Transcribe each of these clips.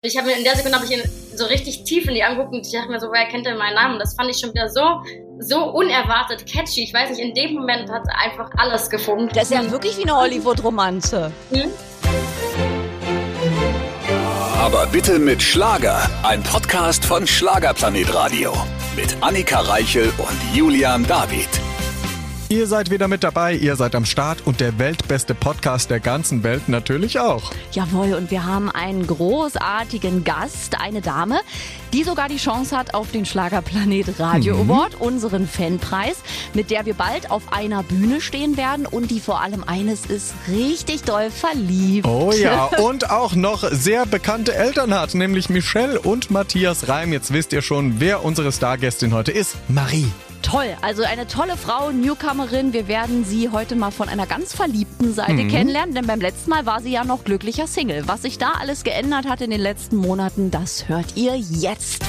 In der Sekunde habe ich ihn so richtig tief in die Augen geguckt und ich dachte mir so, woher kennt er meinen Namen? Und das fand ich schon wieder so unerwartet catchy. Ich weiß nicht, in dem Moment hat einfach alles gefunkt. Das ist ja wirklich wie eine Hollywood-Romanze. Aber bitte mit Schlager. Ein Podcast von Schlagerplanet Radio. Mit Annika Reichel und Julian David. Ihr seid wieder mit dabei, ihr seid am Start und der weltbeste Podcast der ganzen Welt natürlich auch. Jawohl, und wir haben einen großartigen Gast, eine Dame, die sogar die Chance hat auf den Schlagerplanet Radio Award, unseren Fanpreis, mit der wir bald auf einer Bühne stehen werden und die vor allem eines ist, richtig doll verliebt. Oh ja, und auch noch sehr bekannte Eltern hat, nämlich Michelle und Matthias Reim. Jetzt wisst ihr schon, wer unsere Stargästin heute ist. Marie. Toll, also eine tolle Frau, Newcomerin. Wir werden sie heute mal von einer ganz verliebten Seite kennenlernen, denn beim letzten Mal war sie ja noch glücklicher Single. Was sich da alles geändert hat in den letzten Monaten, das hört ihr jetzt.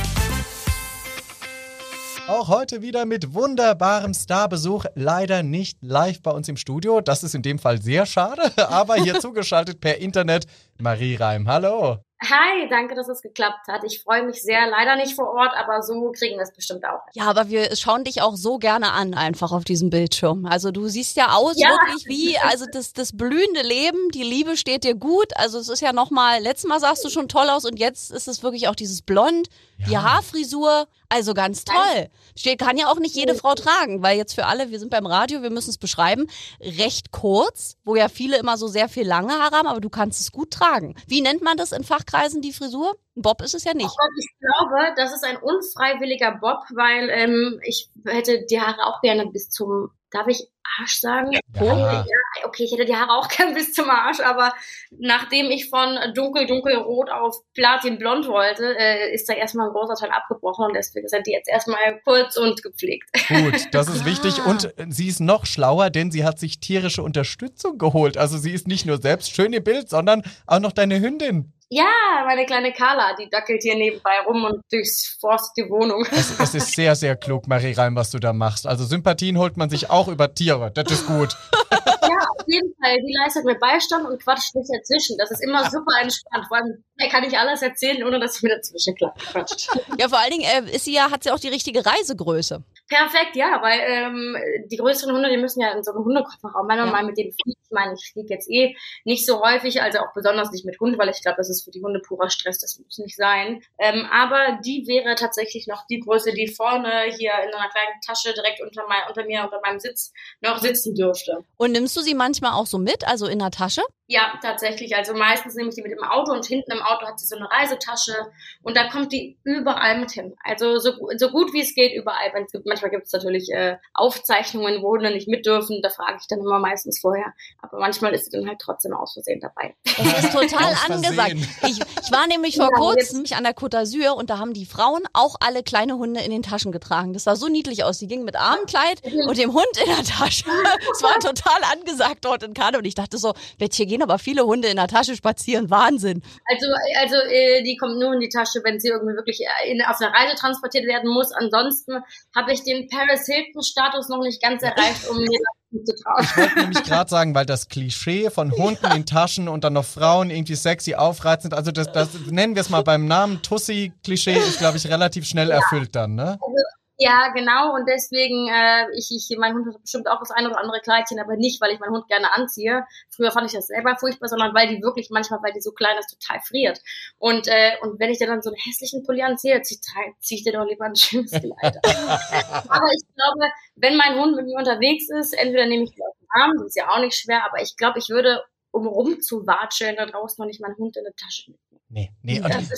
Auch heute wieder mit wunderbarem Starbesuch, leider nicht live bei uns im Studio. Das ist in dem Fall sehr schade, aber hier zugeschaltet per Internet Marie Reim. Hallo. Hi, danke, dass es geklappt hat. Ich freue mich sehr. Leider nicht vor Ort, aber so kriegen wir es bestimmt auch. Ja, aber wir schauen dich auch so gerne an, einfach auf diesem Bildschirm. Also du siehst ja aus wirklich wie, also das blühende Leben, die Liebe steht dir gut. Also es ist ja nochmal, letztes Mal sahst du schon toll aus und jetzt ist es wirklich auch dieses Blond, die Haarfrisur. Also ganz toll. Kann ja auch nicht jede Frau tragen, weil jetzt für alle, wir sind beim Radio, wir müssen es beschreiben, recht kurz, wo ja viele immer so sehr viel lange Haare haben, aber du kannst es gut tragen. Wie nennt man das in Fachkreisen, die Frisur? Ein Bob ist es ja nicht. Oh Gott, ich glaube, das ist ein unfreiwilliger Bob, weil ich hätte die Haare auch gerne bis zum, darf ich Arsch sagen? Ja. Okay, ich hätte die Haare auch gern bis zum Arsch, aber nachdem ich von dunkelrot auf platinblond wollte, ist da erstmal ein großer Teil abgebrochen und deswegen sind die jetzt erstmal kurz und gepflegt. Gut, das ist wichtig und sie ist noch schlauer, denn sie hat sich tierische Unterstützung geholt. Also sie ist nicht nur selbst schön im Bild, sondern auch noch deine Hündin. Ja, meine kleine Carla, die dackelt hier nebenbei rum und durchforstet die Wohnung. Es ist sehr, sehr klug, Marie Reim, was du da machst. Also Sympathien holt man sich auch über Tiere. Das ist gut. Ja, auf jeden Fall. Die leistet mir Beistand und quatscht nicht dazwischen. Das ist immer super entspannt. Vor allem kann ich alles erzählen, ohne dass sie mir dazwischen quatscht. Ja, vor allen Dingen hat sie auch die richtige Reisegröße. Perfekt, ja, weil die größeren Hunde, die müssen ja in so einen Hundekofferraum. Wenn man mal mit denen fliegt, ich meine, ich fliege jetzt nicht so häufig, also auch besonders nicht mit Hund, weil ich glaube, das ist für die Hunde purer Stress, das muss nicht sein. Aber die wäre tatsächlich noch die Größe, die vorne hier in einer kleinen Tasche direkt unter meinem Sitz noch sitzen dürfte. Und nimmst du sie manchmal auch so mit, also in der Tasche? Ja, tatsächlich. Also meistens nehme ich die mit im Auto und hinten im Auto hat sie so eine Reisetasche und da kommt die überall mit hin. Also so gut wie es geht, überall. Manchmal gibt es natürlich Aufzeichnungen, wo Hunde nicht mit dürfen. Da frage ich dann immer meistens vorher. Aber manchmal ist sie dann halt trotzdem aus Versehen dabei. Das ist total angesagt. Ich war nämlich vor kurzem an der Côte d'Azur und da haben die Frauen auch alle kleine Hunde in den Taschen getragen. Das sah so niedlich aus. Die gingen mit Armenkleid und dem Hund in der Tasche. Es war total angesagt dort in Cannes und ich dachte so, hier gehen aber viele Hunde in der Tasche spazieren. Wahnsinn. Also die kommt nur in die Tasche, wenn sie irgendwie wirklich auf einer Reise transportiert werden muss. Ansonsten habe ich den Paris Hilton-Status noch nicht ganz erreicht, um mir das zu trauen. Ich wollte nämlich gerade sagen, weil das Klischee von Hunden in Taschen und dann noch Frauen irgendwie sexy aufreizend, also das nennen wir es mal beim Namen, Tussi-Klischee ist, glaube ich, relativ schnell erfüllt dann, ne? Ja, genau. Und deswegen, mein Hund hat bestimmt auch das eine oder andere Kleidchen, aber nicht, weil ich meinen Hund gerne anziehe. Früher fand ich das selber furchtbar, sondern weil die wirklich manchmal, weil die so klein ist, total friert. Und wenn ich dann so einen hässlichen Pulli anziehe, zieh ich dir doch lieber ein schönes Kleid an. Aber ich glaube, wenn mein Hund mit mir unterwegs ist, entweder nehme ich die auf den Arm, das ist ja auch nicht schwer, aber ich glaube, ich würde, um rumzuwatscheln, da draußen noch nicht meinen Hund in der Tasche mitnehmen. Nee.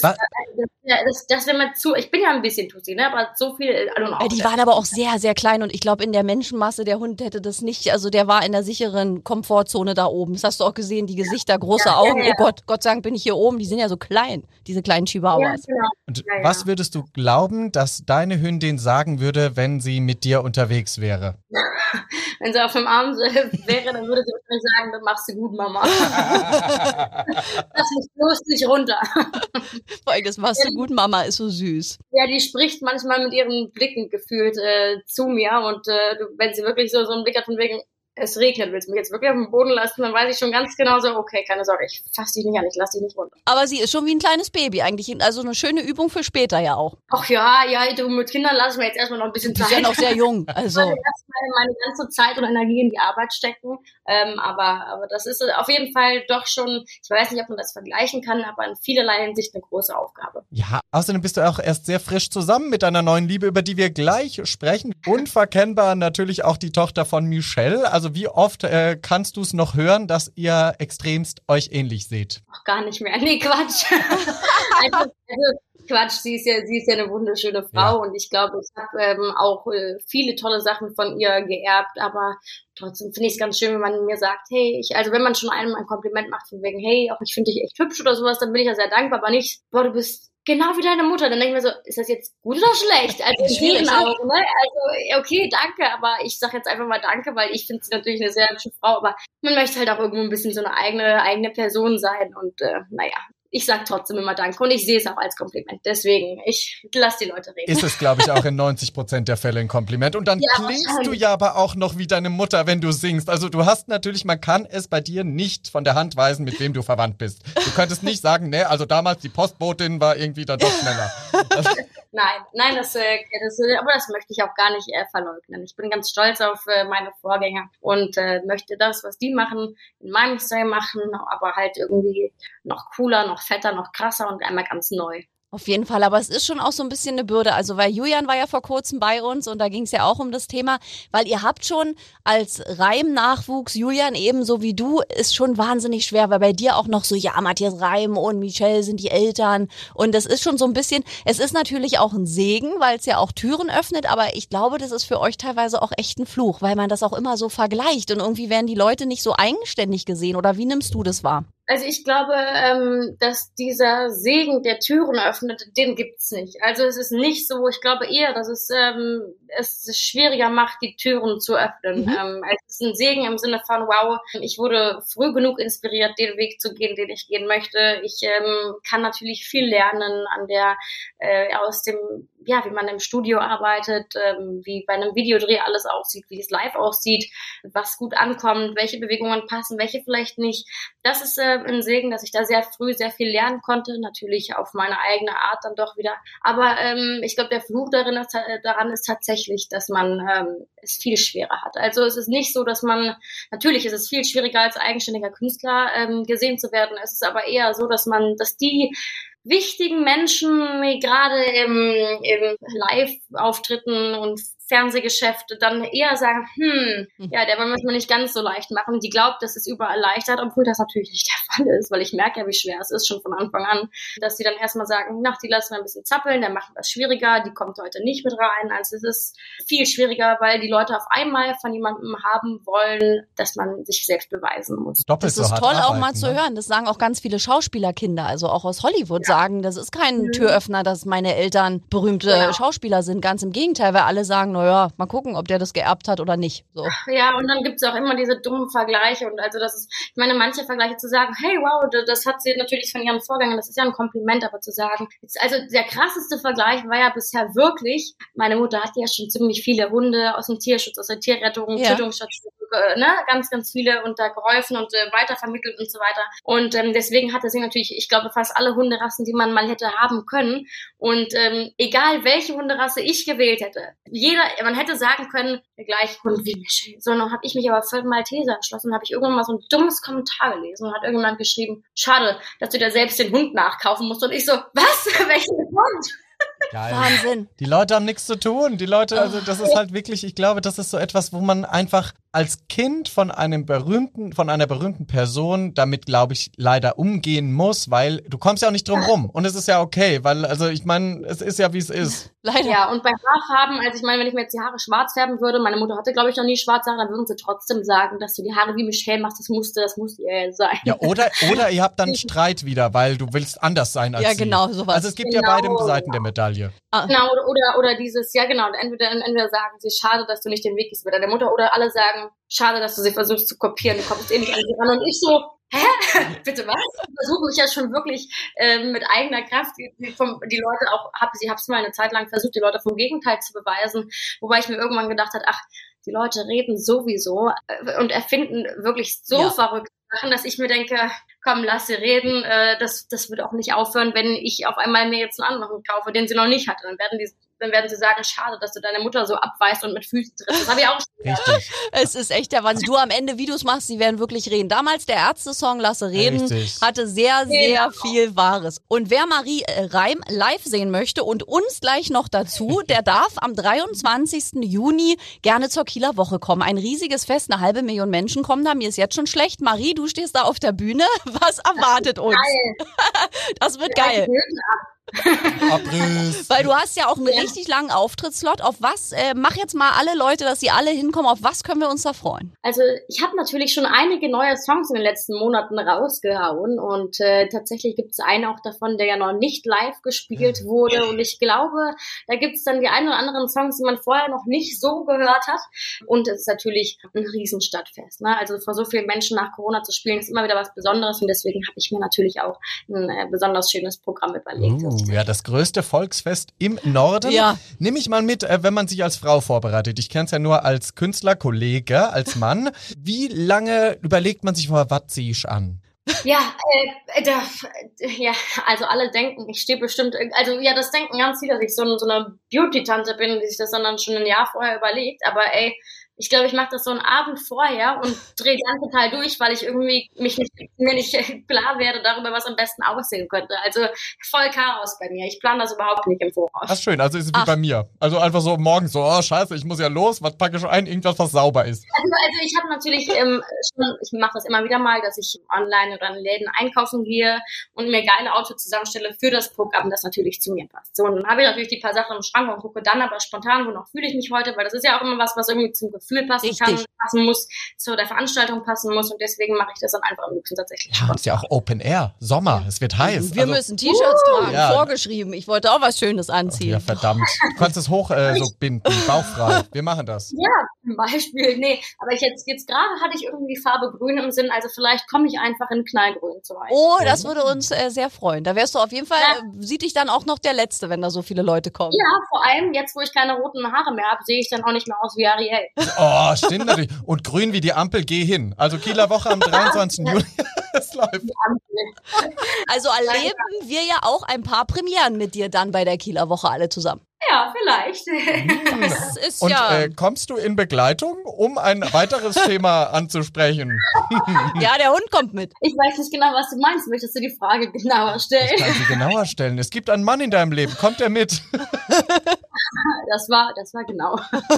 Das wäre mir zu, ich bin ja ein bisschen Tussi, ne, aber so viel. Die waren aber auch sehr, sehr klein und ich glaube, in der Menschenmasse, der Hund hätte das nicht, also der war in der sicheren Komfortzone da oben. Das hast du auch gesehen, die Gesichter, große Augen. Ja. Oh Gott sei Dank bin ich hier oben, die sind ja so klein, diese kleinen Chihuahuas. Ja, genau. Und was würdest du glauben, dass deine Hündin sagen würde, wenn sie mit dir unterwegs wäre? Wenn sie auf dem Arm wäre, dann würde sie wahrscheinlich sagen, das machst du gut, Mama. Lass mich bloß nicht runter. Vor allem, das machst du gut, Mama, ist so süß. Ja, die spricht manchmal mit ihren Blicken gefühlt zu mir und wenn sie wirklich so einen Blick hat von wegen, es regnet, willst du mich jetzt wirklich auf den Boden lassen, dann weiß ich schon ganz genau so, okay, keine Sorge, ich fass dich nicht an, ich lass dich nicht runter. Aber sie ist schon wie ein kleines Baby eigentlich, also eine schöne Übung für später ja auch. Ach ja, du, mit Kindern lassen wir jetzt erstmal noch ein bisschen Zeit. Die sind ja noch sehr jung, also. Ich erstmal meine ganze Zeit und Energie in die Arbeit stecken, aber das ist auf jeden Fall doch schon, ich weiß nicht, ob man das vergleichen kann, aber in vielerlei Hinsicht eine große Aufgabe. Ja, außerdem bist du auch erst sehr frisch zusammen mit deiner neuen Liebe, über die wir gleich sprechen. Unverkennbar natürlich auch die Tochter von Michelle. Also wie oft kannst du es noch hören, dass ihr extremst euch ähnlich seht? Ach, gar nicht mehr. Nee, Quatsch. also, Quatsch, sie ist ja eine wunderschöne Frau und ich glaube, ich habe auch viele tolle Sachen von ihr geerbt, aber trotzdem finde ich es ganz schön, wenn man mir sagt, hey, also wenn man schon einem ein Kompliment macht von wegen, hey, auch ich finde dich echt hübsch oder sowas, dann bin ich ja sehr dankbar, aber nicht, boah, du bist genau wie deine Mutter. Dann denke ich mir so, ist das jetzt gut oder schlecht? Also in ihren Augen, ne? Also okay, danke, aber ich sage jetzt einfach mal danke, weil ich finde sie natürlich eine sehr hübsche Frau, aber man möchte halt auch irgendwo ein bisschen so eine eigene Person sein und naja. Ich sag trotzdem immer Danke und ich sehe es auch als Kompliment. Deswegen, ich lasse die Leute reden. Ist es, glaube ich, auch in 90% der Fälle ein Kompliment. Und dann klingst du ja aber auch noch wie deine Mutter, wenn du singst. Also du hast natürlich, man kann es bei dir nicht von der Hand weisen, mit wem du verwandt bist. Du könntest nicht sagen, ne, also damals die Postbotin war irgendwie dann doch schneller. Nein, aber das möchte ich auch gar nicht verleugnen. Ich bin ganz stolz auf meine Vorgänger und möchte das, was die machen, in meinem Style machen, aber halt irgendwie noch cooler, noch fetter, noch krasser und einmal ganz neu. Auf jeden Fall, aber es ist schon auch so ein bisschen eine Bürde, also weil Julian war ja vor kurzem bei uns und da ging es ja auch um das Thema, weil ihr habt schon als Reim-Nachwuchs, Julian ebenso wie du, ist schon wahnsinnig schwer, weil bei dir auch noch so, ja, Matthias Reim und Michelle sind die Eltern und das ist schon so ein bisschen, es ist natürlich auch ein Segen, weil es ja auch Türen öffnet, aber ich glaube, das ist für euch teilweise auch echt ein Fluch, weil man das auch immer so vergleicht und irgendwie werden die Leute nicht so eigenständig gesehen oder wie nimmst du das wahr? Also ich glaube, dass dieser Segen der Türen öffnet, den gibt's nicht. Also es ist nicht so, ich glaube eher, dass es schwieriger macht, die Türen zu öffnen. Es ist ein Segen im Sinne von, wow, ich wurde früh genug inspiriert, den Weg zu gehen, den ich gehen möchte. Ich kann natürlich viel lernen aus dem, ja, wie man im Studio arbeitet, wie bei einem Videodreh alles aussieht, wie es live aussieht, was gut ankommt, welche Bewegungen passen, welche vielleicht nicht. Das ist ein Segen, dass ich da sehr früh sehr viel lernen konnte, natürlich auf meine eigene Art dann doch wieder. Aber ich glaube, der Fluch daran ist tatsächlich, dass man es viel schwerer hat. Also es ist nicht so, dass natürlich ist es viel schwieriger als eigenständiger Künstler gesehen zu werden. Es ist aber eher so, dass die wichtigen Menschen, gerade im Live-Auftritten und Fernsehgeschäfte dann eher sagen, der wollen wir es mal nicht ganz so leicht machen. Die glaubt, dass es überall leichter hat, obwohl das natürlich nicht der Fall ist, weil ich merke ja, wie schwer es ist schon von Anfang an, dass sie dann erstmal sagen, die lassen wir ein bisschen zappeln, dann machen wir es schwieriger, die kommt heute nicht mit rein. Also es ist viel schwieriger, weil die Leute auf einmal von jemandem haben wollen, dass man sich selbst beweisen muss. Das ist toll auch mal zu hören. Das sagen auch ganz viele Schauspielerkinder, also auch aus Hollywood sagen, das ist kein Türöffner, dass meine Eltern berühmte Schauspieler sind. Ganz im Gegenteil, weil alle sagen, naja, mal gucken, ob der das geerbt hat oder nicht. So. Ja, und dann gibt's auch immer diese dummen Vergleiche und also das ist, ich meine, manche Vergleiche zu sagen, hey, wow, das hat sie natürlich von ihren Vorgängern, das ist ja ein Kompliment, aber zu sagen, also der krasseste Vergleich war ja bisher wirklich, meine Mutter hat ja schon ziemlich viele Hunde aus dem Tierschutz, aus der Tierrettung, Tötungsstation, ganz, ganz viele und da geholfen und weitervermittelt und so weiter. Und deswegen hatte sie natürlich, ich glaube, fast alle Hunderassen, die man mal hätte haben können. Und egal, welche Hunderasse ich gewählt hätte, man hätte sagen können, der gleiche Hund wie Michelle. So, dann habe ich mich aber für den Malteser entschlossen und habe ich irgendwann mal so ein dummes Kommentar gelesen und hat irgendjemand geschrieben, schade, dass du dir selbst den Hund nachkaufen musst. Und ich so, was? Welchen Hund? Geil. Wahnsinn. Die Leute haben nichts zu tun. Die Leute, also das ist halt wirklich, ich glaube, das ist so etwas, wo man einfach als Kind von einer berühmten Person damit, glaube ich, leider umgehen muss, weil du kommst ja auch nicht drum rum. Und es ist ja okay, weil, also ich meine, es ist ja, wie es ist. Leider. Ja, und bei Haarfarben, also ich meine, wenn ich mir jetzt die Haare schwarz färben würde, meine Mutter hatte, glaube ich, noch nie schwarze Haare, dann würden sie trotzdem sagen, dass du die Haare wie Michelle machst, das musste sein. Ja, oder ihr habt dann Streit wieder, weil du willst anders sein als sie. Ja, genau, sowas. Also es gibt ja beide Seiten der Medaille. Genau, oder dieses, ja genau, entweder sagen sie, schade, dass du nicht den Weg gehst mit deiner Mutter, oder alle sagen, schade, dass du sie versuchst zu kopieren, du kommst eh nicht an sie ran. Und ich so, hä? Bitte was? Ich versuche mich ja schon wirklich mit eigener Kraft, die Leute auch, hab's mal eine Zeit lang versucht, die Leute vom Gegenteil zu beweisen, wobei ich mir irgendwann gedacht habe, ach, die Leute reden sowieso und erfinden wirklich so verrückte Sachen, dass ich mir denke, komm, lass sie reden, das wird auch nicht aufhören, wenn ich auf einmal mir jetzt einen anderen kaufe, den sie noch nicht hatte. Dann werden sie sagen, schade, dass du deine Mutter so abweist und mit Füßen trittst. Das habe ich auch schon gesagt. Richtig. Es ist echt der Wahnsinn. Du am Ende, wie du es machst, sie werden wirklich reden. Damals der Ärzte-Song Lasse reden hatte sehr, sehr viel Wahres. Und wer Marie Reim live sehen möchte und uns gleich noch dazu, der darf am 23. Juni gerne zur Kieler Woche kommen. Ein riesiges Fest, 500.000 Menschen kommen da. Mir ist jetzt schon schlecht. Marie, du stehst da auf der Bühne. Was erwartet uns? Geil. Das wird geil. Abriss. Weil du hast ja auch einen richtig langen Auftrittsslot. Auf was, mach jetzt mal alle Leute, dass sie alle hinkommen, auf was können wir uns da freuen? Also ich habe natürlich schon einige neue Songs in den letzten Monaten rausgehauen und tatsächlich gibt es einen auch davon, der ja noch nicht live gespielt wurde und ich glaube, da gibt es dann die ein oder anderen Songs, die man vorher noch nicht so gehört hat und es ist natürlich ein Riesenstadtfest. Ne? Also vor so vielen Menschen nach Corona zu spielen, ist immer wieder was Besonderes und deswegen habe ich mir natürlich auch ein besonders schönes Programm überlegt. Ja, das größte Volksfest im Norden. Ja. Nehme ich mal mit, wenn man sich als Frau vorbereitet. Ich kenne es ja nur als Künstler, Kollege, als Mann. Wie lange überlegt man sich vorher, was ziehe ich an? Ja, also alle denken, ich stehe bestimmt, also ja, das denken ganz viele, dass ich so eine Beauty-Tante bin, die sich das dann schon ein Jahr vorher überlegt, aber ich glaube, ich mache das so einen Abend vorher und drehe dann total durch, weil ich irgendwie mir nicht klar werde darüber, was am besten aussehen könnte. Also voll Chaos bei mir. Ich plane das überhaupt nicht im Voraus. Das ist schön, also ist es wie bei mir. Also einfach so morgens so, oh scheiße, ich muss ja los, was packe ich ein? Irgendwas, was sauber ist. Also ich habe natürlich ich mache das immer wieder mal, dass ich online oder in Läden einkaufen gehe und mir geile Outfits zusammenstelle für das Programm, das natürlich zu mir passt. So, und dann habe ich natürlich die paar Sachen im Schrank und gucke dann aber spontan, wonach fühle ich mich heute, weil das ist ja auch immer was irgendwie zum Gefühl passen kann, passen muss, zu der Veranstaltung passen muss und deswegen mache ich das dann einfach am liebsten tatsächlich. Ja, ist ja auch Open Air, Sommer, es wird heiß. Wir müssen T-Shirts tragen, vorgeschrieben. Ich wollte auch was Schönes anziehen. Ja, verdammt. Du kannst es hoch so binden, bauchfrei. Wir machen das. Ja, zum Beispiel. Nee, aber jetzt gerade hatte ich irgendwie die Farbe grün im Sinn, also vielleicht komme ich einfach in knallgrün zum Beispiel. Oh, das würde uns sehr freuen. Da wärst du auf jeden Fall, sieht dich dann auch noch der Letzte, wenn da so viele Leute kommen. Ja, vor allem jetzt, wo ich keine roten Haare mehr habe, sehe ich dann auch nicht mehr aus wie Ariel. Oh, stimmt natürlich. Und grün wie die Ampel, geh hin. Also Kieler Woche am 23. Juli. Es läuft. Also erleben wir ja auch ein paar Premieren mit dir dann bei der Kieler Woche alle zusammen. Ja, vielleicht. Das ist und kommst du in Begleitung, um ein weiteres Thema anzusprechen? Ja, der Hund kommt mit. Ich weiß nicht genau, was du meinst. Möchtest du die Frage genauer stellen? Ich kann sie genauer stellen. Es gibt einen Mann in deinem Leben. Kommt er mit? Das war genau.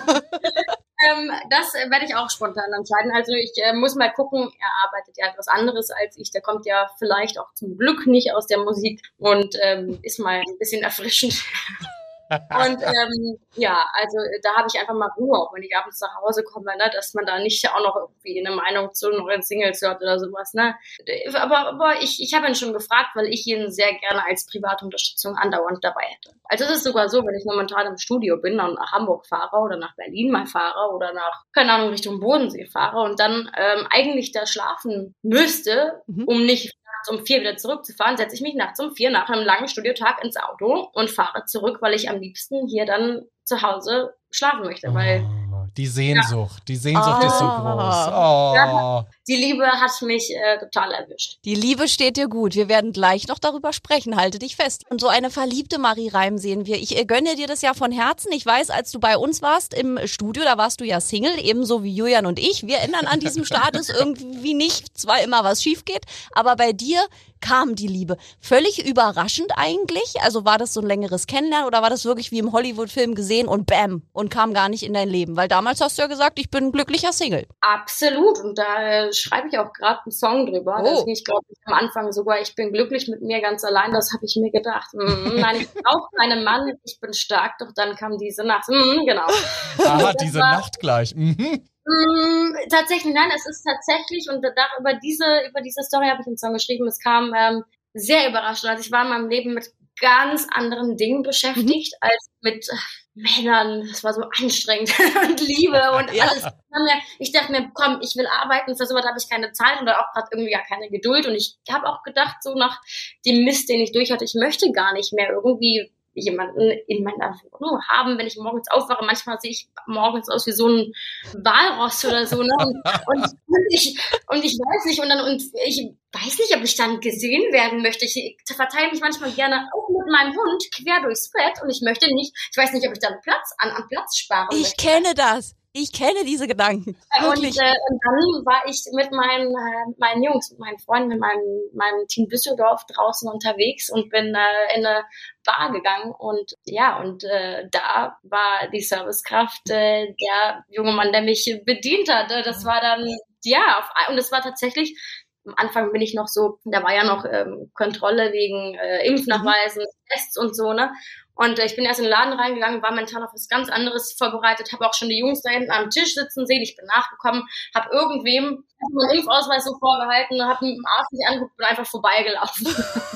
Das werde ich auch spontan entscheiden. Also ich muss mal gucken, er arbeitet ja etwas anderes als ich. Der kommt ja vielleicht auch zum Glück nicht aus der Musik und ist mal ein bisschen erfrischend. Und also da habe ich einfach mal Ruhe, auch wenn ich abends nach Hause komme, ne, dass man da nicht auch noch irgendwie eine Meinung zu neuen Singles hört oder sowas. Ne. Aber ich habe ihn schon gefragt, weil ich ihn sehr gerne als private Unterstützung andauernd dabei hätte. Also es ist sogar so, wenn ich momentan im Studio bin und nach Hamburg fahre oder nach Berlin mal fahre oder nach, keine Ahnung, Richtung Bodensee fahre und dann eigentlich da schlafen müsste, um nicht um 4 wieder zurückzufahren, setze ich mich nachts um 4 nach einem langen Studiotag ins Auto und fahre zurück, weil ich am liebsten hier dann zu Hause schlafen möchte, weil die Sehnsucht ist so groß. Ja, die Liebe hat mich total erwischt. Die Liebe steht dir gut. Wir werden gleich noch darüber sprechen. Halte dich fest. Und so eine verliebte Marie Reim sehen wir. Ich gönne dir das ja von Herzen. Ich weiß, als du bei uns warst im Studio, da warst du ja Single, ebenso wie Julian und ich. Wir ändern an diesem Status irgendwie nicht, zwar immer was schief geht, aber bei dir kam die Liebe. Völlig überraschend eigentlich. Also war das so ein längeres Kennenlernen oder war das wirklich wie im Hollywood-Film gesehen und bam und kam gar nicht in dein Leben? Weil damals hast du ja gesagt, ich bin ein glücklicher Single. Absolut. Und da schreibe ich auch gerade einen Song drüber. Da ging ich, glaube ich, am Anfang sogar, ich bin glücklich mit mir ganz allein. Das habe ich mir gedacht. Nein, ich brauche keinen Mann, ich bin stark. Doch dann kam diese Nacht. Genau. Aha, diese Nacht gleich. Tatsächlich, nein, es ist tatsächlich, und über diese Story habe ich einen Song geschrieben, es kam sehr überraschend. Also ich war in meinem Leben mit ganz anderen Dingen beschäftigt, als mit Männern. Es war so anstrengend und Liebe und alles. Ich dachte mir, komm, ich will arbeiten, für sowas habe ich keine Zeit oder auch gerade irgendwie gar keine Geduld. Und ich habe auch gedacht, so nach dem Mist, den ich durch hatte, ich möchte gar nicht mehr irgendwie jemanden in meiner Wohnung haben, wenn ich morgens aufwache. Manchmal sehe ich morgens aus wie so ein Walross oder so, ne? Und ich weiß nicht, und ich weiß nicht, ob ich dann gesehen werden möchte. Ich verteile mich manchmal gerne auch mit meinem Hund quer durchs Bett und ich möchte nicht, ich weiß nicht, ob ich dann an Platz sparen möchte. Ich kenne das. Ich kenne diese Gedanken. Und dann war ich mit meinen Jungs, mit meinen Freunden, mit meinem Team Düsseldorf draußen unterwegs und bin in eine Bar gegangen und da war die Servicekraft der junge Mann, der mich bedient hat. Das war dann, und es war tatsächlich, am Anfang bin ich noch so, da war ja noch Kontrolle wegen Impfnachweisen, Tests und so, ne? Und ich bin erst in den Laden reingegangen, war mental auf was ganz anderes vorbereitet, habe auch schon die Jungs da hinten am Tisch sitzen sehen. Ich bin nachgekommen, habe irgendwem meinen Impfausweis so vorgehalten, habe den Arzt nicht angeguckt und bin einfach vorbeigelaufen.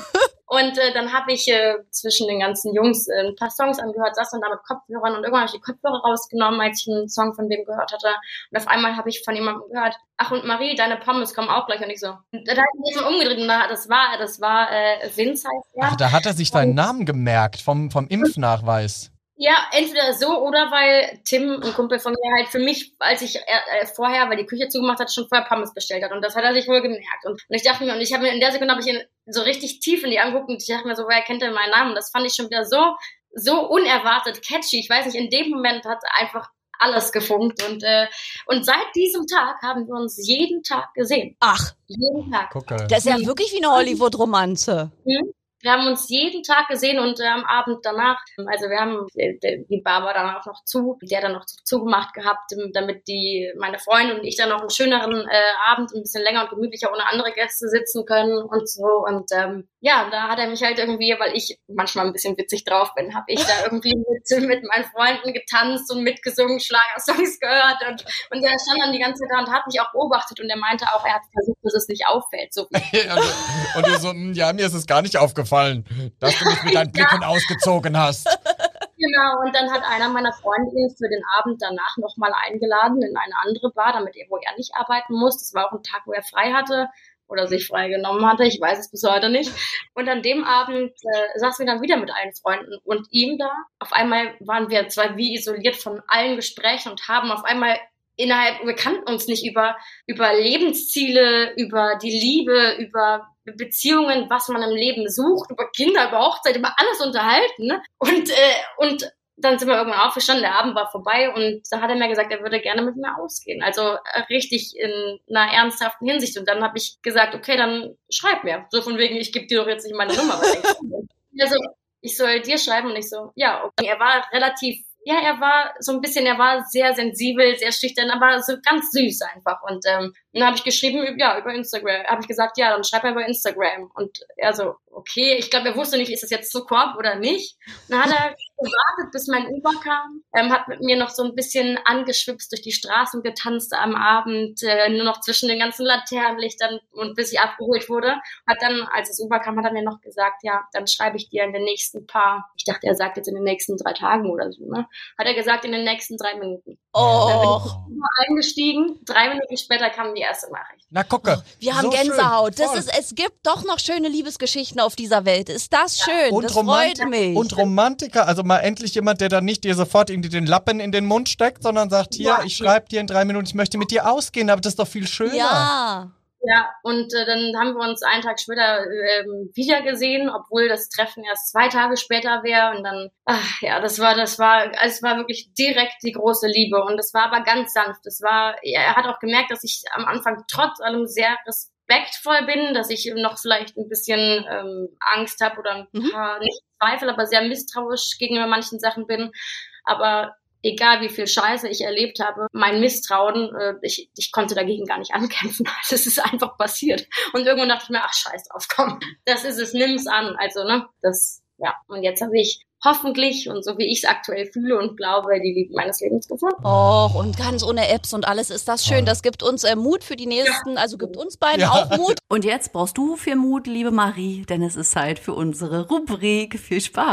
Und dann habe ich zwischen den ganzen Jungs ein paar Songs angehört, saß dann da mit Kopfhörern und irgendwann habe ich die Kopfhörer rausgenommen, als ich einen Song von dem gehört hatte. Und auf einmal habe ich von jemandem gehört, ach und Marie, deine Pommes kommen auch gleich. Und ich so, da habe ich mich schon umgedreht und das war Vince heißt er. Ach, da hat er sich deinen Namen gemerkt vom Impfnachweis. Ja, entweder so oder weil Tim, ein Kumpel von mir, halt für mich, als ich vorher, weil die Küche zugemacht hat, schon vorher Pommes bestellt hat. Und das hat er sich wohl gemerkt. Und ich dachte mir, in der Sekunde habe ich ihn so richtig tief in die Augen geguckt und ich dachte mir so, woher kennt er meinen Namen? Und das fand ich schon wieder so unerwartet catchy. Ich weiß nicht, in dem Moment hat einfach alles gefunkt. Und seit diesem Tag haben wir uns jeden Tag gesehen. Ach. Jeden Tag. Gucke. Das ist ja wirklich wie eine Hollywood-Romanze. Wir haben uns jeden Tag gesehen und am Abend danach, also wir haben, die Bar war dann auch noch zu, der dann noch zugemacht gehabt, damit meine Freunde und ich dann noch einen schöneren Abend, ein bisschen länger und gemütlicher ohne andere Gäste sitzen können und so. Und da hat er mich halt irgendwie, weil ich manchmal ein bisschen witzig drauf bin, habe ich da irgendwie mit meinen Freunden getanzt und mitgesungen, Schlagersongs gehört und der stand dann die ganze Zeit da und hat mich auch beobachtet und er meinte auch, er hat versucht, dass es nicht auffällt. So. Und du so, ja, mir ist es gar nicht aufgefallen, dass du mich mit deinen Blicken ausgezogen hast. Genau, und dann hat einer meiner Freunde ihn für den Abend danach nochmal eingeladen in eine andere Bar, wo er nicht arbeiten muss. Das war auch ein Tag, wo er frei hatte oder sich frei genommen hatte, ich weiß es bis heute nicht. Und an dem Abend saßen wir dann wieder mit allen Freunden und ihm da. Auf einmal waren wir zwar wie isoliert von allen Gesprächen und haben auf einmal wir kannten uns nicht über Lebensziele, über die Liebe, über Beziehungen, was man im Leben sucht, über Kinder, über Hochzeit, über alles unterhalten. Ne? Und dann sind wir irgendwann aufgestanden, der Abend war vorbei und da hat er mir gesagt, er würde gerne mit mir ausgehen. Also richtig in einer ernsthaften Hinsicht. Und dann habe ich gesagt, okay, dann schreib mir. So von wegen, ich gebe dir doch jetzt nicht meine Nummer. Also ich soll dir schreiben und ich so, ja, okay. Er war er war sehr sensibel, sehr schüchtern, aber so ganz süß einfach. Und dann habe ich geschrieben, über Instagram. Habe ich gesagt, ja, dann schreib mal über Instagram. Und er so, okay, ich glaube, er wusste nicht, ist das jetzt so Korb oder nicht. Und dann hat er gewartet, bis mein Uber kam, hat mit mir noch so ein bisschen angeschwipst durch die Straßen getanzt am Abend, nur noch zwischen den ganzen Laternenlichtern und bis ich abgeholt wurde. Hat dann, als das Uber kam, hat er mir noch gesagt, ja, dann schreibe ich dir in den nächsten ich dachte, er sagt jetzt in den nächsten 3 Tagen oder so, ne? Hat er gesagt, in den nächsten 3 Minuten. Oh. Dann bin ich eingestiegen, 3 Minuten später kam die erste Nachricht. Na, gucke. Wir haben so Gänsehaut. Schön. Es gibt doch noch schöne Liebesgeschichten auf dieser Welt. Ist das schön? Und das freut mich. Und Romantiker, also mal endlich jemand, der dann nicht dir sofort irgendwie den Lappen in den Mund steckt, sondern sagt, hier, ich schreibe dir in 3 Minuten, ich möchte mit dir ausgehen, aber das ist doch viel schöner. Ja. Ja, und dann haben wir uns einen Tag später wieder gesehen, obwohl das Treffen erst 2 Tage später wäre. Und dann, es war wirklich direkt die große Liebe. Und es war aber ganz sanft. Er hat auch gemerkt, dass ich am Anfang trotz allem sehr respektvoll bin, dass ich noch vielleicht ein bisschen Angst habe oder ein paar, nicht Zweifel, aber sehr misstrauisch gegenüber manchen Sachen bin. Aber egal wie viel Scheiße ich erlebt habe, mein Misstrauen, ich konnte dagegen gar nicht ankämpfen. Das ist einfach passiert. Und irgendwann dachte ich mir, ach scheiß drauf, komm, das ist es, nimm's an. Also, ne, und jetzt habe ich hoffentlich und so wie ich es aktuell fühle und glaube, die Liebe meines Lebens gefunden. Och, und ganz ohne Apps und alles ist das schön. Das gibt uns Mut für die nächsten, also gibt uns beiden auch Mut. Und jetzt brauchst du viel Mut, liebe Marie, denn es ist Zeit für unsere Rubrik. Viel Spaß.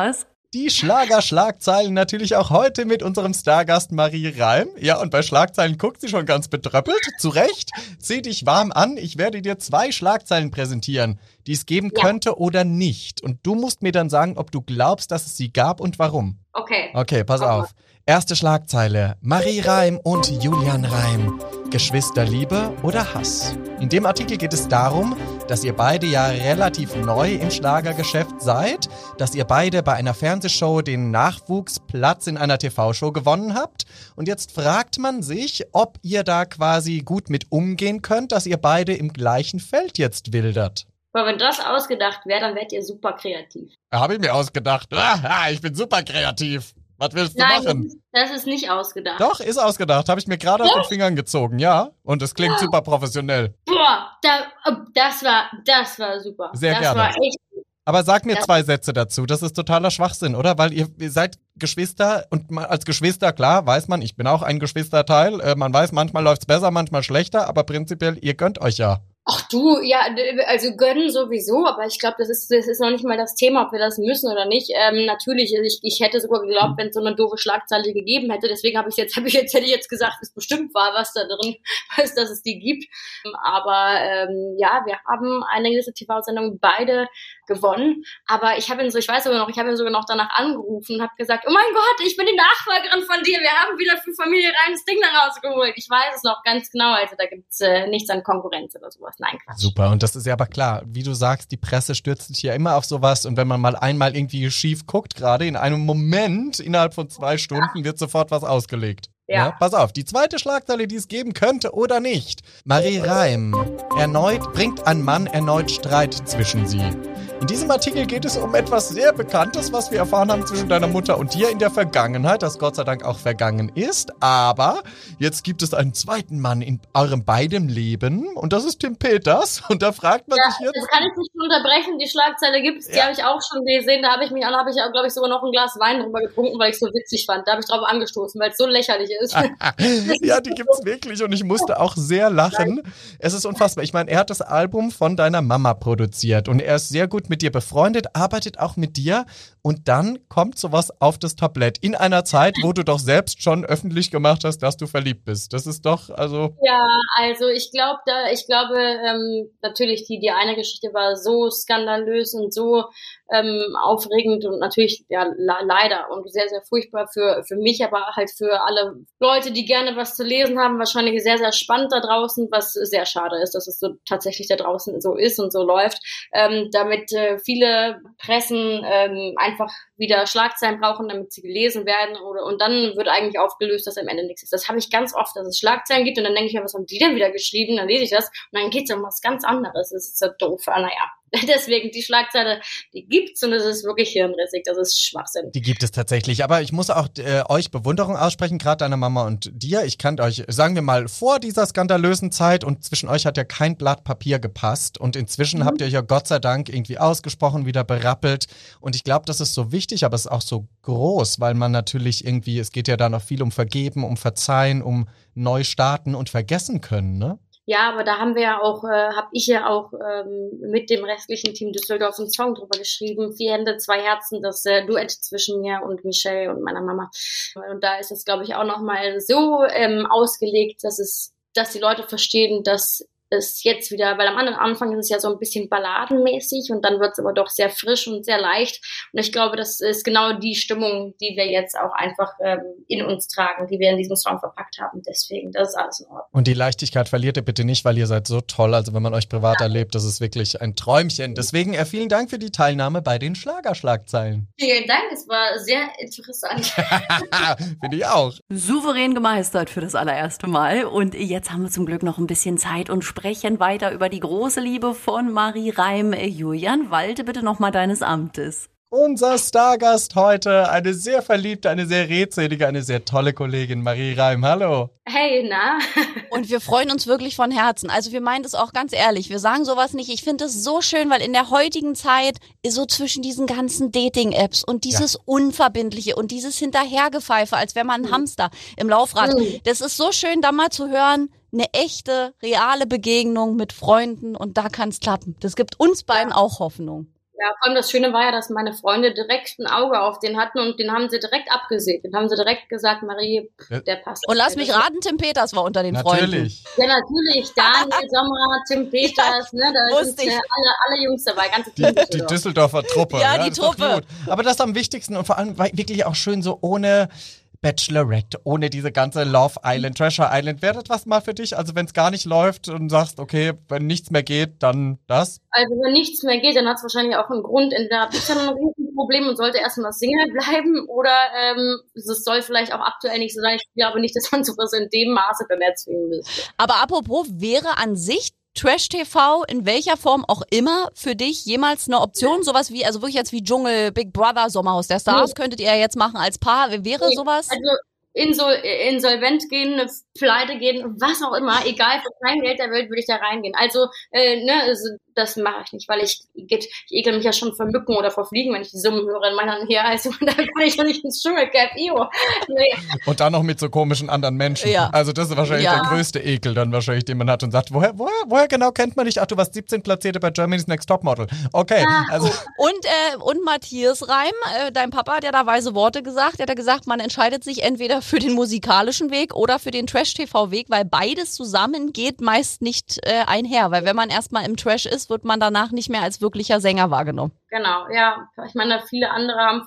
Die Schlagerschlagzeilen natürlich auch heute mit unserem Stargast Marie Reim. Ja, und bei Schlagzeilen guckt sie schon ganz betröppelt. Zu Recht. Zieh dich warm an. Ich werde dir 2 Schlagzeilen präsentieren, die es geben könnte oder nicht. Und du musst mir dann sagen, ob du glaubst, dass es sie gab und warum. Okay. Okay, pass auf. Erste Schlagzeile. Marie Reim und Julian Reim. Geschwisterliebe oder Hass? In dem Artikel geht es darum, dass ihr beide ja relativ neu im Schlagergeschäft seid, dass ihr beide bei einer Fernsehshow den Nachwuchsplatz in einer TV-Show gewonnen habt. Und jetzt fragt man sich, ob ihr da quasi gut mit umgehen könnt, dass ihr beide im gleichen Feld jetzt wildert. Aber wenn das ausgedacht wäre, dann wärt ihr super kreativ. Habe ich mir ausgedacht. Ich bin super kreativ. Was willst du machen? Das ist nicht ausgedacht. Doch, ist ausgedacht. Habe ich mir gerade aus den Fingern gezogen, ja. Und es klingt super professionell. Boah, das war super. Sehr das gerne. War echt. Aber sag mir 2 Sätze dazu. Das ist totaler Schwachsinn, oder? Weil ihr seid Geschwister und als Geschwister, klar, weiß man, ich bin auch ein Geschwisterteil. Man weiß, manchmal läuft's besser, manchmal schlechter, aber prinzipiell, ihr gönnt euch ja. Ach du, ja, also gönnen sowieso, aber ich glaube, das ist noch nicht mal das Thema, ob wir das müssen oder nicht. Natürlich, ich hätte sogar geglaubt, wenn es so eine doofe Schlagzeile gegeben hätte, deswegen hätte ich jetzt gesagt, es bestimmt war, was da drin ist, dass es die gibt. Aber ja, wir haben eine gewisse TV-Sendung beide gewonnen, aber ich habe ihn sogar noch danach angerufen und habe gesagt, oh mein Gott, ich bin die Nachfolgerin von dir, wir haben wieder für Familie Reim das Ding da rausgeholt. Ich weiß es noch ganz genau, also da gibt's nichts an Konkurrenz oder sowas. Nein, Quatsch. Super, und das ist ja aber klar, wie du sagst, die Presse stürzt sich ja immer auf sowas und wenn man mal einmal irgendwie schief guckt, gerade in einem Moment, innerhalb von 2 Stunden wird sofort was ausgelegt. Ja. Pass auf, die zweite Schlagzeile, die es geben könnte oder nicht. Marie Reim. Bringt ein Mann erneut Streit zwischen sie. In diesem Artikel geht es um etwas sehr Bekanntes, was wir erfahren haben zwischen deiner Mutter und dir in der Vergangenheit, das Gott sei Dank auch vergangen ist. Aber jetzt gibt es einen zweiten Mann in eurem beiden Leben und das ist Tim Peters. Und da fragt man sich jetzt... Das kann ich nicht unterbrechen, die Schlagzeile gibt's, die habe ich auch schon gesehen. Da habe ich auch, glaube ich, sogar noch ein Glas Wein drüber getrunken, weil ich es so witzig fand. Da habe ich drauf angestoßen, weil es so lächerlich ist. Ja, die gibt's wirklich und ich musste auch sehr lachen. Es ist unfassbar. Ich meine, er hat das Album von deiner Mama produziert und er ist sehr gut mit dir befreundet, arbeitet auch mit dir und dann kommt sowas auf das Tablett in einer Zeit, wo du doch selbst schon öffentlich gemacht hast, dass du verliebt bist. Das ist doch, also... Ja, also ich glaube, natürlich die eine Geschichte war so skandalös und so aufregend und natürlich ja leider und sehr, sehr furchtbar für mich, aber halt für alle Leute, die gerne was zu lesen haben, wahrscheinlich sehr, sehr spannend da draußen, was sehr schade ist, dass es so tatsächlich da draußen so ist und so läuft, damit viele Pressen einfach wieder Schlagzeilen brauchen, damit sie gelesen werden und dann wird eigentlich aufgelöst, dass am Ende nichts ist. Das habe ich ganz oft, dass es Schlagzeilen gibt und dann denke ich mir, was haben die denn wieder geschrieben? Dann lese ich das und dann geht es um was ganz anderes. Das ist so doof, aber naja. Deswegen, die Schlagzeile, die gibt's und es ist wirklich hirnrissig, das ist Schwachsinn. Die gibt es tatsächlich, aber ich muss auch euch Bewunderung aussprechen, gerade deiner Mama und dir. Ich kannte euch, sagen wir mal, vor dieser skandalösen Zeit und zwischen euch hat ja kein Blatt Papier gepasst und inzwischen habt ihr euch ja Gott sei Dank irgendwie ausgesprochen, wieder berappelt und ich glaube, das ist so wichtig, aber es ist auch so groß, weil man natürlich irgendwie, es geht ja da noch viel um Vergeben, um Verzeihen, um Neustarten und vergessen können, ne? Ja, aber da haben wir ja auch, habe ich ja auch mit dem restlichen Team Düsseldorf einen Song drüber geschrieben. 4 Hände, 2 Herzen, das Duett zwischen mir und Michelle und meiner Mama. Und da ist es, glaube ich, auch nochmal so ausgelegt, dass die Leute verstehen, dass es jetzt wieder, weil am Anfang ist es ja so ein bisschen balladenmäßig und dann wird es aber doch sehr frisch und sehr leicht. Und ich glaube, das ist genau die Stimmung, die wir jetzt auch einfach in uns tragen, die wir in diesem Song verpackt haben. Deswegen, das ist alles in Ordnung. Und die Leichtigkeit verliert ihr bitte nicht, weil ihr seid so toll. Also wenn man euch privat erlebt, das ist wirklich ein Träumchen. Deswegen vielen Dank für die Teilnahme bei den Schlagerschlagzeilen. Vielen Dank, es war sehr interessant. Finde ich auch. Souverän gemeistert für das allererste Mal. Und jetzt haben wir zum Glück noch ein bisschen Zeit und sprechen weiter über die große Liebe von Marie Reim. Julian, walte bitte nochmal deines Amtes. Unser Stargast heute, eine sehr verliebte, eine sehr redselige, eine sehr tolle Kollegin, Marie Reim. Hallo. Hey, na? Und wir freuen uns wirklich von Herzen. Also wir meinen das auch ganz ehrlich. Wir sagen sowas nicht. Ich finde es so schön, weil in der heutigen Zeit so zwischen diesen ganzen Dating-Apps und dieses Unverbindliche und dieses Hinterhergepfeife, als wäre man ein Hamster im Laufrad. Das ist so schön, da mal zu hören, eine echte, reale Begegnung mit Freunden und da kann es klappen. Das gibt uns beiden auch Hoffnung. Ja, vor allem das Schöne war ja, dass meine Freunde direkt ein Auge auf den hatten und den haben sie direkt abgesägt. Den haben sie direkt gesagt, Marie, der passt. Und lass mich raten, Tim Peters war unter den Natürlich. Freunden. Ja, natürlich. Daniel Sommer, Tim Peters, ne, da sind alle Jungs dabei, ganze Team. Die Düsseldorfer Truppe. Ja, die das ist doch Truppe. gut. Aber das ist am wichtigsten und vor allem wirklich auch schön so ohne Bachelorette, ohne diese ganze Love Island, Treasure Island. Wäre das was mal für dich? Also wenn es gar nicht läuft und sagst, okay, wenn nichts mehr geht, dann das? Also wenn nichts mehr geht, dann hat es wahrscheinlich auch einen Grund. Entweder habe ich dann ein Riesenproblem und sollte erstmal Single bleiben oder es soll vielleicht auch aktuell nicht so sein. Ich glaube nicht, dass man sowas in dem Maße benetzen müsste. Aber apropos, wäre an sich Trash-TV in welcher Form auch immer für dich jemals eine Option? Sowas wie, also wirklich jetzt wie Dschungel, Big Brother, Sommerhaus der Stars, könntet ihr ja jetzt machen als Paar. Wäre sowas? Also insolvent gehen, pleite gehen, was auch immer, egal, für kein Geld der Welt würde ich da reingehen. Also, das mache ich nicht, weil ich ekel mich ja schon vor Mücken oder vor Fliegen, wenn ich die Summen höre in meiner Nähe. Also da kann ich doch nicht ins Dschungelcamp. Nee. Und dann noch mit so komischen anderen Menschen. Ja. Also das ist wahrscheinlich der größte Ekel dann wahrscheinlich, den man hat und sagt, woher genau kennt man dich? Ach, du warst 17 Platzierte bei Germany's Next Topmodel. Okay. Also. Und Matthias Reim, dein Papa, der da weise Worte gesagt, der hat gesagt, man entscheidet sich entweder für den musikalischen Weg oder für den Trash-TV-Weg, weil beides zusammen geht meist nicht einher. Weil wenn man erstmal im Trash ist, wird man danach nicht mehr als wirklicher Sänger wahrgenommen. Genau, ja. Ich meine, viele andere haben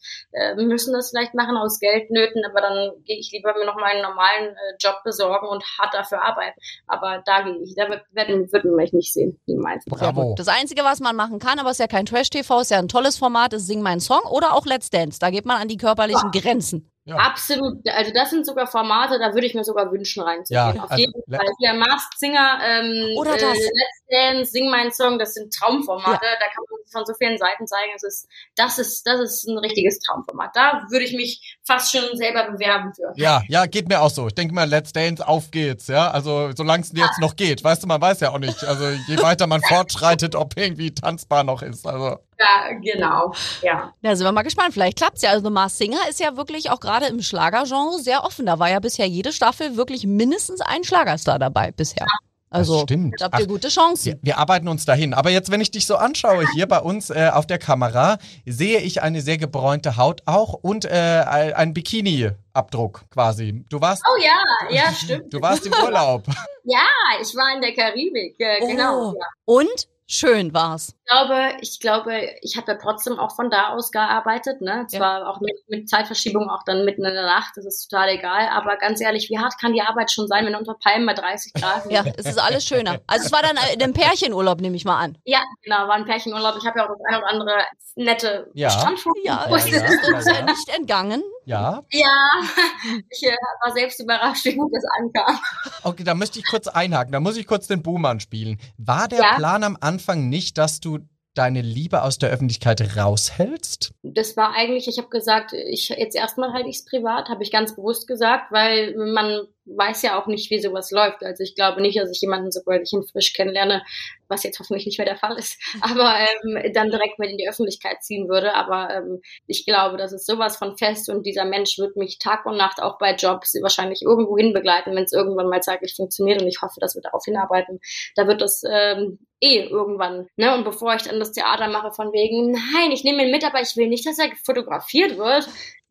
müssen das vielleicht machen aus Geldnöten, aber dann gehe ich lieber mir noch mal einen normalen Job besorgen und hart dafür arbeiten. Aber da gehe ich, da wird man mich nicht sehen, niemals. Bravo. Das Einzige, was man machen kann, aber es ist ja kein Trash-TV, ist ja ein tolles Format, ist Sing meinen Song oder auch Let's Dance. Da geht man an die körperlichen Grenzen. Ja. Absolut. Also das sind sogar Formate, da würde ich mir sogar wünschen, reinzugehen. Ja, auf also, jeden Fall. Hier Masked Singer, oder das. Let's Dance, Sing meinen Song, das sind Traumformate. Ja. Da kann man sich von so vielen Seiten zeigen. Das ist ein richtiges Traumformat. Da würde ich mich fast schon selber bewerben für. Ja, geht mir auch so. Ich denke mal, Let's Dance, auf geht's, ja. Also solange es jetzt noch geht. Weißt du, man weiß ja auch nicht. Also je weiter man fortschreitet, ob irgendwie tanzbar noch ist. Also. Ja, genau. Ja. Da sind wir mal gespannt. Vielleicht klappt's ja. Also Masked Singer ist ja wirklich auch gerade im Schlagergenre sehr offen. Da war ja bisher jede Staffel wirklich mindestens ein Schlagerstar dabei bisher. Also, da habt ihr gute Chancen. Wir arbeiten uns dahin. Aber jetzt, wenn ich dich so anschaue, hier bei uns auf der Kamera, sehe ich eine sehr gebräunte Haut auch und einen Bikini-Abdruck quasi. Du warst. Oh ja, stimmt. Du warst im Urlaub. Ja, ich war in der Karibik, genau. Ja. Und? Schön war's. Ich glaube, ich habe ja trotzdem auch von da aus gearbeitet, ne? Zwar auch mit Zeitverschiebung, auch dann mitten in der Nacht, das ist total egal, aber ganz ehrlich, wie hart kann die Arbeit schon sein, wenn unter Palmen bei 30 Grad sind? Ja, es ist alles schöner. Also es war dann ein Pärchenurlaub, nehme ich mal an. Ja, genau, war ein Pärchenurlaub. Ich habe ja auch das eine oder andere nette Strandfoto. Ja, das ist uns ja nicht entgangen. Ja? Ja, ich war selbst überrascht, wie gut das ankam. Okay, da möchte ich kurz einhaken, da muss ich kurz den Buhmann spielen. War der Plan am Anfang nicht, dass du deine Liebe aus der Öffentlichkeit raushältst? Das war eigentlich, ich habe gesagt, jetzt erstmal halte ich es privat, habe ich ganz bewusst gesagt, weil man weiß ja auch nicht, wie sowas läuft. Also ich glaube nicht, dass ich jemanden, sobald ich ihn frisch kennenlerne, was jetzt hoffentlich nicht mehr der Fall ist, aber dann direkt mit in die Öffentlichkeit ziehen würde. Aber ich glaube, das ist sowas von fest und dieser Mensch wird mich Tag und Nacht auch bei Jobs wahrscheinlich irgendwo hin begleiten, wenn es irgendwann mal zeitlich funktioniert und ich hoffe, dass wir darauf hinarbeiten. Da wird das irgendwann, ne? Und bevor ich dann das Theater mache von wegen, nein, ich nehme ihn mit, aber ich will nicht, dass er fotografiert wird,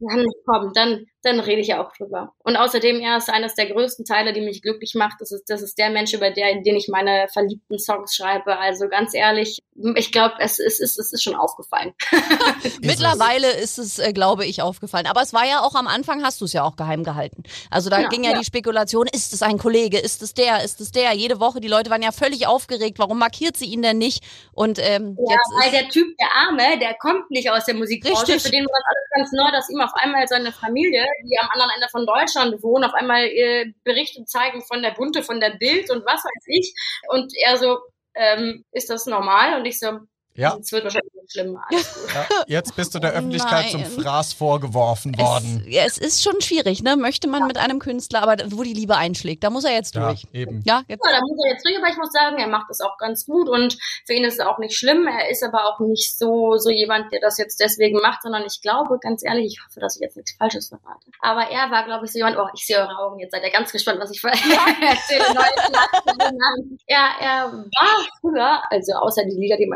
dann rede ich ja auch drüber. Und außerdem, er ist eines der größten Teile, die mich glücklich macht. Das ist der Mensch, den ich meine verliebten Songs schreibe. Also ganz ehrlich, ich glaube, es ist schon aufgefallen. Mittlerweile ist es, glaube ich, aufgefallen. Aber es war ja auch am Anfang, hast du es ja auch geheim gehalten. Also da ging ja die Spekulation, ist es ein Kollege, ist es der? Jede Woche, die Leute waren ja völlig aufgeregt. Warum markiert sie ihn denn nicht? Und weil der Typ, der Arme, der kommt nicht aus der Musikbranche. Für den war das alles ganz neu, dass ihm auf einmal seine Familie, die am anderen Ende von Deutschland wohnen, auf einmal Berichte zeigen von der Bunte, von der Bild und was weiß ich. Und er so, ist das normal? Und ich so, es wird wahrscheinlich nicht schlimm. Alles gut. Ja, jetzt bist du der Öffentlichkeit zum Fraß vorgeworfen worden. Es ist schon schwierig, ne? Möchte man mit einem Künstler, aber wo die Liebe einschlägt, da muss er jetzt durch. Eben. Ja, da muss er jetzt durch, aber ich muss sagen, er macht das auch ganz gut und für ihn ist es auch nicht schlimm. Er ist aber auch nicht so jemand, der das jetzt deswegen macht, sondern ich glaube, ganz ehrlich, ich hoffe, dass ich jetzt nichts Falsches verrate. Aber er war, glaube ich, so jemand, ich sehe eure Augen, jetzt seid ihr ganz gespannt, was ich erzähle. Er war früher, also außer die Lieder, die man halt so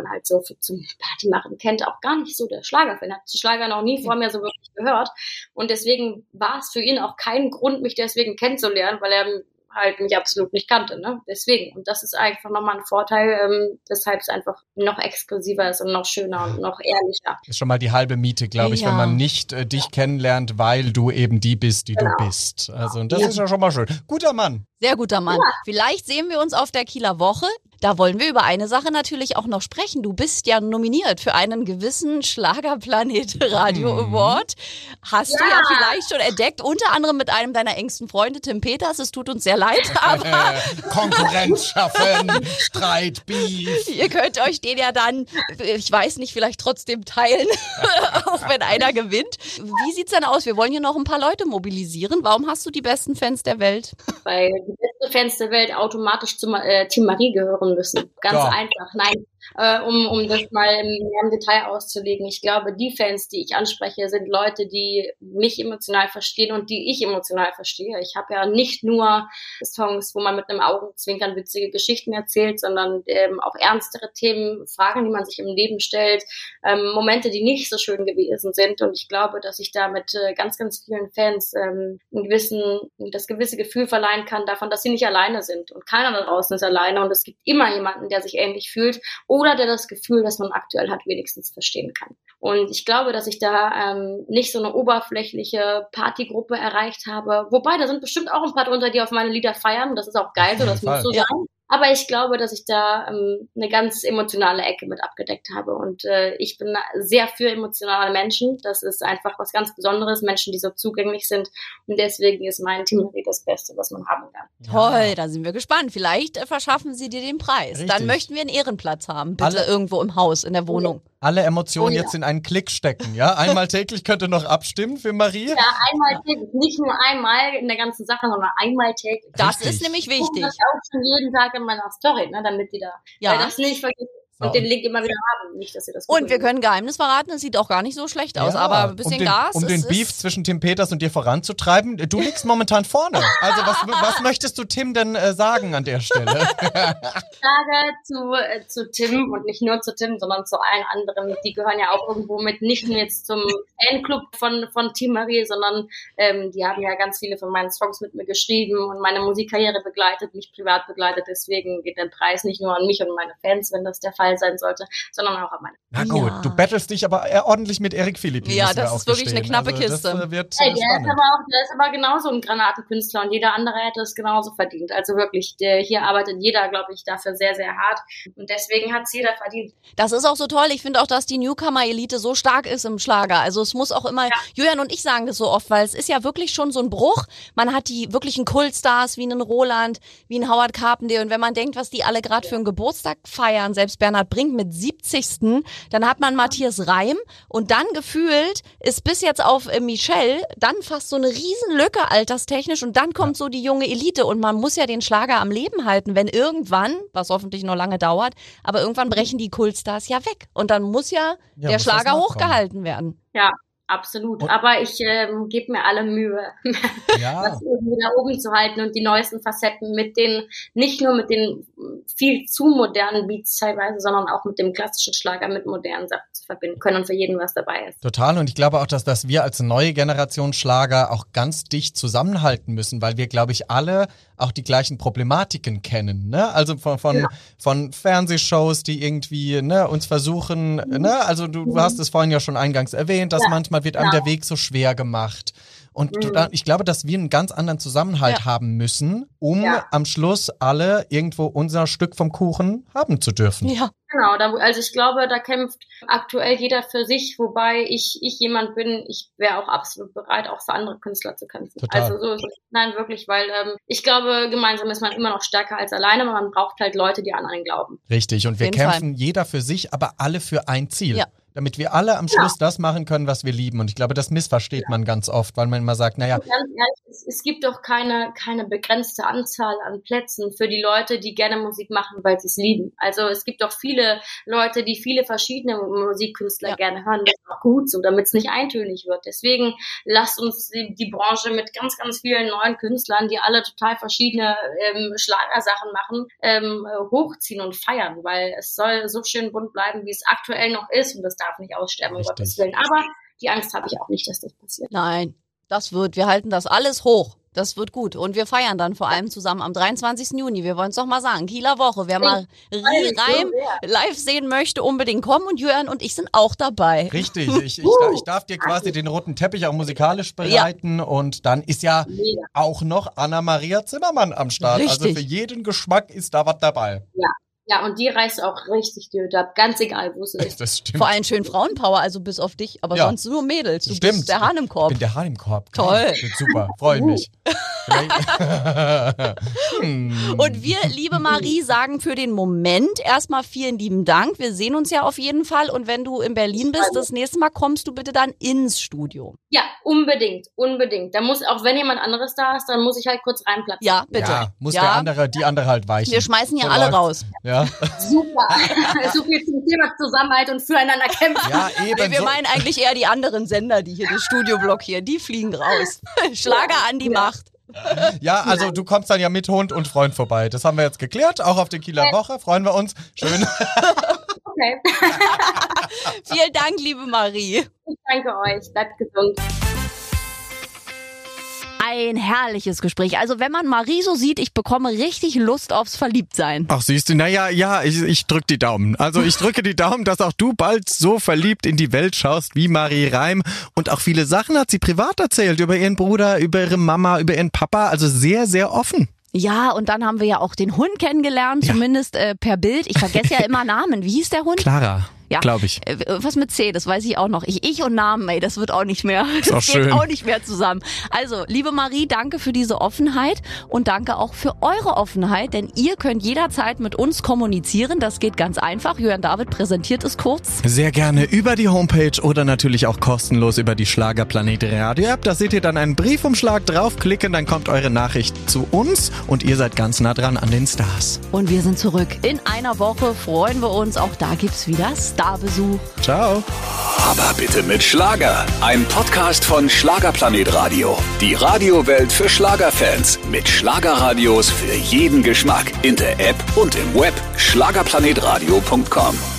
zum Party machen kennt, auch gar nicht so der Schlagerfan, hat die Schlager noch nie vor mir so wirklich gehört. Und deswegen war es für ihn auch kein Grund, mich deswegen kennenzulernen, weil er halt mich absolut nicht kannte, ne? Deswegen. Und das ist einfach nochmal ein Vorteil, weshalb es einfach noch exklusiver ist und noch schöner und noch ehrlicher. Ist schon mal die halbe Miete, glaube ich, wenn man nicht dich kennenlernt, weil du eben die bist, die du bist. Also und das ist ja schon mal schön. Guter Mann. Sehr guter Mann. Ja. Vielleicht sehen wir uns auf der Kieler Woche. Da wollen wir über eine Sache natürlich auch noch sprechen. Du bist ja nominiert für einen gewissen Schlagerplanet Radio Award. Hast du ja vielleicht schon entdeckt, unter anderem mit einem deiner engsten Freunde, Tim Peters. Es tut uns sehr leid, aber Konkurrenz schaffen, Streit, Beef. Ihr könnt euch den ja dann, ich weiß nicht, vielleicht trotzdem teilen, auch wenn einer gewinnt. Wie sieht's denn aus? Wir wollen hier noch ein paar Leute mobilisieren. Warum hast du die besten Fans der Welt? Weil die besten Fans der Welt automatisch zu Team Marie gehören müssen. Ganz einfach. Nein, um das mal mehr im Detail auszulegen. Ich glaube, die Fans, die ich anspreche, sind Leute, die mich emotional verstehen und die ich emotional verstehe. Ich habe ja nicht nur Songs, wo man mit einem Augenzwinkern witzige Geschichten erzählt, sondern auch ernstere Themen, Fragen, die man sich im Leben stellt, Momente, die nicht so schön gewesen sind. Und ich glaube, dass ich da mit ganz, ganz vielen Fans das gewisse Gefühl verleihen kann davon, dass sie nicht alleine sind. Und keiner da draußen ist alleine. Und es gibt immer jemanden, der sich ähnlich fühlt oder der das Gefühl, das man aktuell hat, wenigstens verstehen kann. Und ich glaube, dass ich da nicht so eine oberflächliche Partygruppe erreicht habe. Wobei, da sind bestimmt auch ein paar drunter, die auf meine Lieder feiern. Das ist auch geil, so das muss so sein. Aber ich glaube, dass ich da eine ganz emotionale Ecke mit abgedeckt habe. Und ich bin sehr für emotionale Menschen. Das ist einfach was ganz Besonderes. Menschen, die so zugänglich sind. Und deswegen ist mein Team das Beste, was man haben kann. Toll, da sind wir gespannt. Vielleicht verschaffen sie dir den Preis. Richtig. Dann möchten wir einen Ehrenplatz haben. Bitte irgendwo im Haus, in der Wohnung. Alle Emotionen jetzt in einen Klick stecken, ja? Einmal täglich könnt ihr noch abstimmen für Marie? Ja, einmal täglich. Nicht nur einmal in der ganzen Sache, sondern einmal täglich. Das ist nämlich wichtig. Ich auch schon jeden Tag in meiner Story, ne, damit die da das nicht vergessen. Und den Link immer wieder haben, nicht, dass ihr das Und wir können ein Geheimnis verraten, es sieht auch gar nicht so schlecht aus, aber ein bisschen Gas. Um den Beef zwischen Tim Peters und dir voranzutreiben, du liegst momentan vorne. Also was möchtest du Tim denn sagen an der Stelle? Ich sage zu Tim und nicht nur zu Tim, sondern zu allen anderen, die gehören ja auch irgendwo mit, nicht nur jetzt zum Fanclub von Team Marie, sondern die haben ja ganz viele von meinen Songs mit mir geschrieben und meine Musikkarriere begleitet, mich privat begleitet. Deswegen geht der Preis nicht nur an mich und meine Fans, wenn das der Fall sein sollte, sondern auch an meine. Na gut, du battlest dich aber ordentlich mit Eric Philippin. Ja, das ist wirklich eine knappe Kiste. Das wird der ist aber genauso ein Granatenkünstler und jeder andere hätte es genauso verdient. Also wirklich, hier arbeitet jeder, glaube ich, dafür sehr, sehr hart und deswegen hat es jeder verdient. Das ist auch so toll. Ich finde auch, dass die Newcomer-Elite so stark ist im Schlager. Also es muss auch immer, Julian und ich sagen das so oft, weil es ist ja wirklich schon so ein Bruch. Man hat die wirklichen Kultstars wie einen Roland, wie einen Howard Carpendale und wenn man denkt, was die alle gerade für einen Geburtstag feiern, selbst Bernhard Brink mit 70. Dann hat man Matthias Reim und dann gefühlt ist bis jetzt auf Michelle dann fast so eine Riesenlücke alterstechnisch und dann kommt so die junge Elite und man muss ja den Schlager am Leben halten, wenn irgendwann, was hoffentlich noch lange dauert, aber irgendwann brechen die Kultstars ja weg und dann muss der Schlager hochgehalten werden. Ja. Absolut, aber ich gebe mir alle Mühe, das irgendwie da oben zu halten und die neuesten Facetten nicht nur mit den viel zu modernen Beats teilweise, sondern auch mit dem klassischen Schlager mit modernen Sachen zu verbinden können und für jeden was dabei ist. Total und ich glaube auch, dass wir als neue Generation Schlager auch ganz dicht zusammenhalten müssen, weil wir, glaube ich, alle auch die gleichen Problematiken kennen, ne? Also von Fernsehshows, die irgendwie uns versuchen, ne? Also du hast es vorhin ja schon eingangs erwähnt, dass manchmal wird einem der Weg so schwer gemacht. Und ich glaube, dass wir einen ganz anderen Zusammenhalt haben müssen, um am Schluss alle irgendwo unser Stück vom Kuchen haben zu dürfen. Ja. Genau, also ich glaube, da kämpft aktuell jeder für sich, wobei ich jemand bin, ich wäre auch absolut bereit, auch für andere Künstler zu kämpfen. Total. Also so ist es. Nein, wirklich, weil ich glaube, gemeinsam ist man immer noch stärker als alleine, aber man braucht halt Leute, die an einen glauben. Richtig, und wir kämpfen jeder für sich, aber alle für ein Ziel. Ja. damit wir alle am Schluss das machen können, was wir lieben. Und ich glaube, das missversteht man ganz oft, weil man immer sagt, naja. Ganz ehrlich, es gibt doch keine begrenzte Anzahl an Plätzen für die Leute, die gerne Musik machen, weil sie es lieben. Also es gibt doch viele Leute, die viele verschiedene Musikkünstler gerne hören. Das ist auch gut so, damit es nicht eintönig wird. Deswegen lasst uns die Branche mit ganz, ganz vielen neuen Künstlern, die alle total verschiedene Schlagersachen machen, hochziehen und feiern, weil es soll so schön bunt bleiben, wie es aktuell noch ist, und das darf nicht aussterben, um Gottes Willen. Aber die Angst habe ich auch nicht, dass das passiert. Nein, wir halten das alles hoch. Das wird gut. Und wir feiern dann vor allem zusammen am 23. Juni. Wir wollen es doch mal sagen. Kieler Woche. Wer Marie Reim live sehen möchte, unbedingt kommen. Und Jörn und ich sind auch dabei. Richtig. Ich darf dir quasi den roten Teppich auch musikalisch bereiten. Ja. Und dann ist ja auch noch Anna-Maria Zimmermann am Start. Richtig. Also für jeden Geschmack ist da was dabei. Ja, und die reißt auch richtig die Hütte ab, ganz egal, wo es ist. Das stimmt. Vor allem schön Frauenpower, also bis auf dich, aber sonst nur Mädels. Du bist der Hahn im Korb. Ich bin der Hahn im Korb. Toll. Wird super, freue ich mich. Und wir, liebe Marie, sagen für den Moment erstmal vielen lieben Dank. Wir sehen uns ja auf jeden Fall. Und wenn du in Berlin bist, das nächste Mal kommst du bitte dann ins Studio. Ja, unbedingt. Da muss, auch wenn jemand anderes da ist, dann muss ich halt kurz reinplatzen. Ja, bitte. Ja, muss die andere halt weichen. Wir schmeißen hier alle raus. Ja. Super. So viel zum Thema Zusammenhalt und füreinander kämpfen. Ja, eben. Wir meinen eigentlich eher die anderen Sender, die hier das Studio blockieren. Die fliegen raus. Schlager an die Macht. Ja, also du kommst dann ja mit Hund und Freund vorbei. Das haben wir jetzt geklärt. Auch auf die Kieler Woche. Freuen wir uns. Schön. Okay. Vielen Dank, liebe Marie. Ich danke euch. Bleibt gesund. Ein herrliches Gespräch. Also wenn man Marie so sieht, ich bekomme richtig Lust aufs Verliebtsein. Ach siehst du, ich drücke die Daumen. Also ich drücke die Daumen, dass auch du bald so verliebt in die Welt schaust wie Marie Reim. Und auch viele Sachen hat sie privat erzählt, über ihren Bruder, über ihre Mama, über ihren Papa. Also sehr, sehr offen. Ja, und dann haben wir ja auch den Hund kennengelernt, zumindest per Bild. Ich vergesse ja immer Namen. Wie hieß der Hund? Clara. Ja, glaube ich. Was mit C, das weiß ich auch noch. Ich und Namen, das wird auch nicht mehr. Ist auch schön. Geht auch nicht mehr zusammen. Also, liebe Marie, danke für diese Offenheit und danke auch für eure Offenheit, denn ihr könnt jederzeit mit uns kommunizieren. Das geht ganz einfach. Jörn David präsentiert es kurz. Sehr gerne über die Homepage oder natürlich auch kostenlos über die Schlagerplanet Radio App. Da seht ihr dann einen Briefumschlag, draufklicken, dann kommt eure Nachricht zu uns und ihr seid ganz nah dran an den Stars. Und wir sind zurück. In einer Woche freuen wir uns. Auch da gibt's wieder Starbesuch. Ciao. Aber bitte mit Schlager. Ein Podcast von Schlagerplanet Radio. Die Radiowelt für Schlagerfans. Mit Schlagerradios für jeden Geschmack. In der App und im Web. Schlagerplanetradio.com.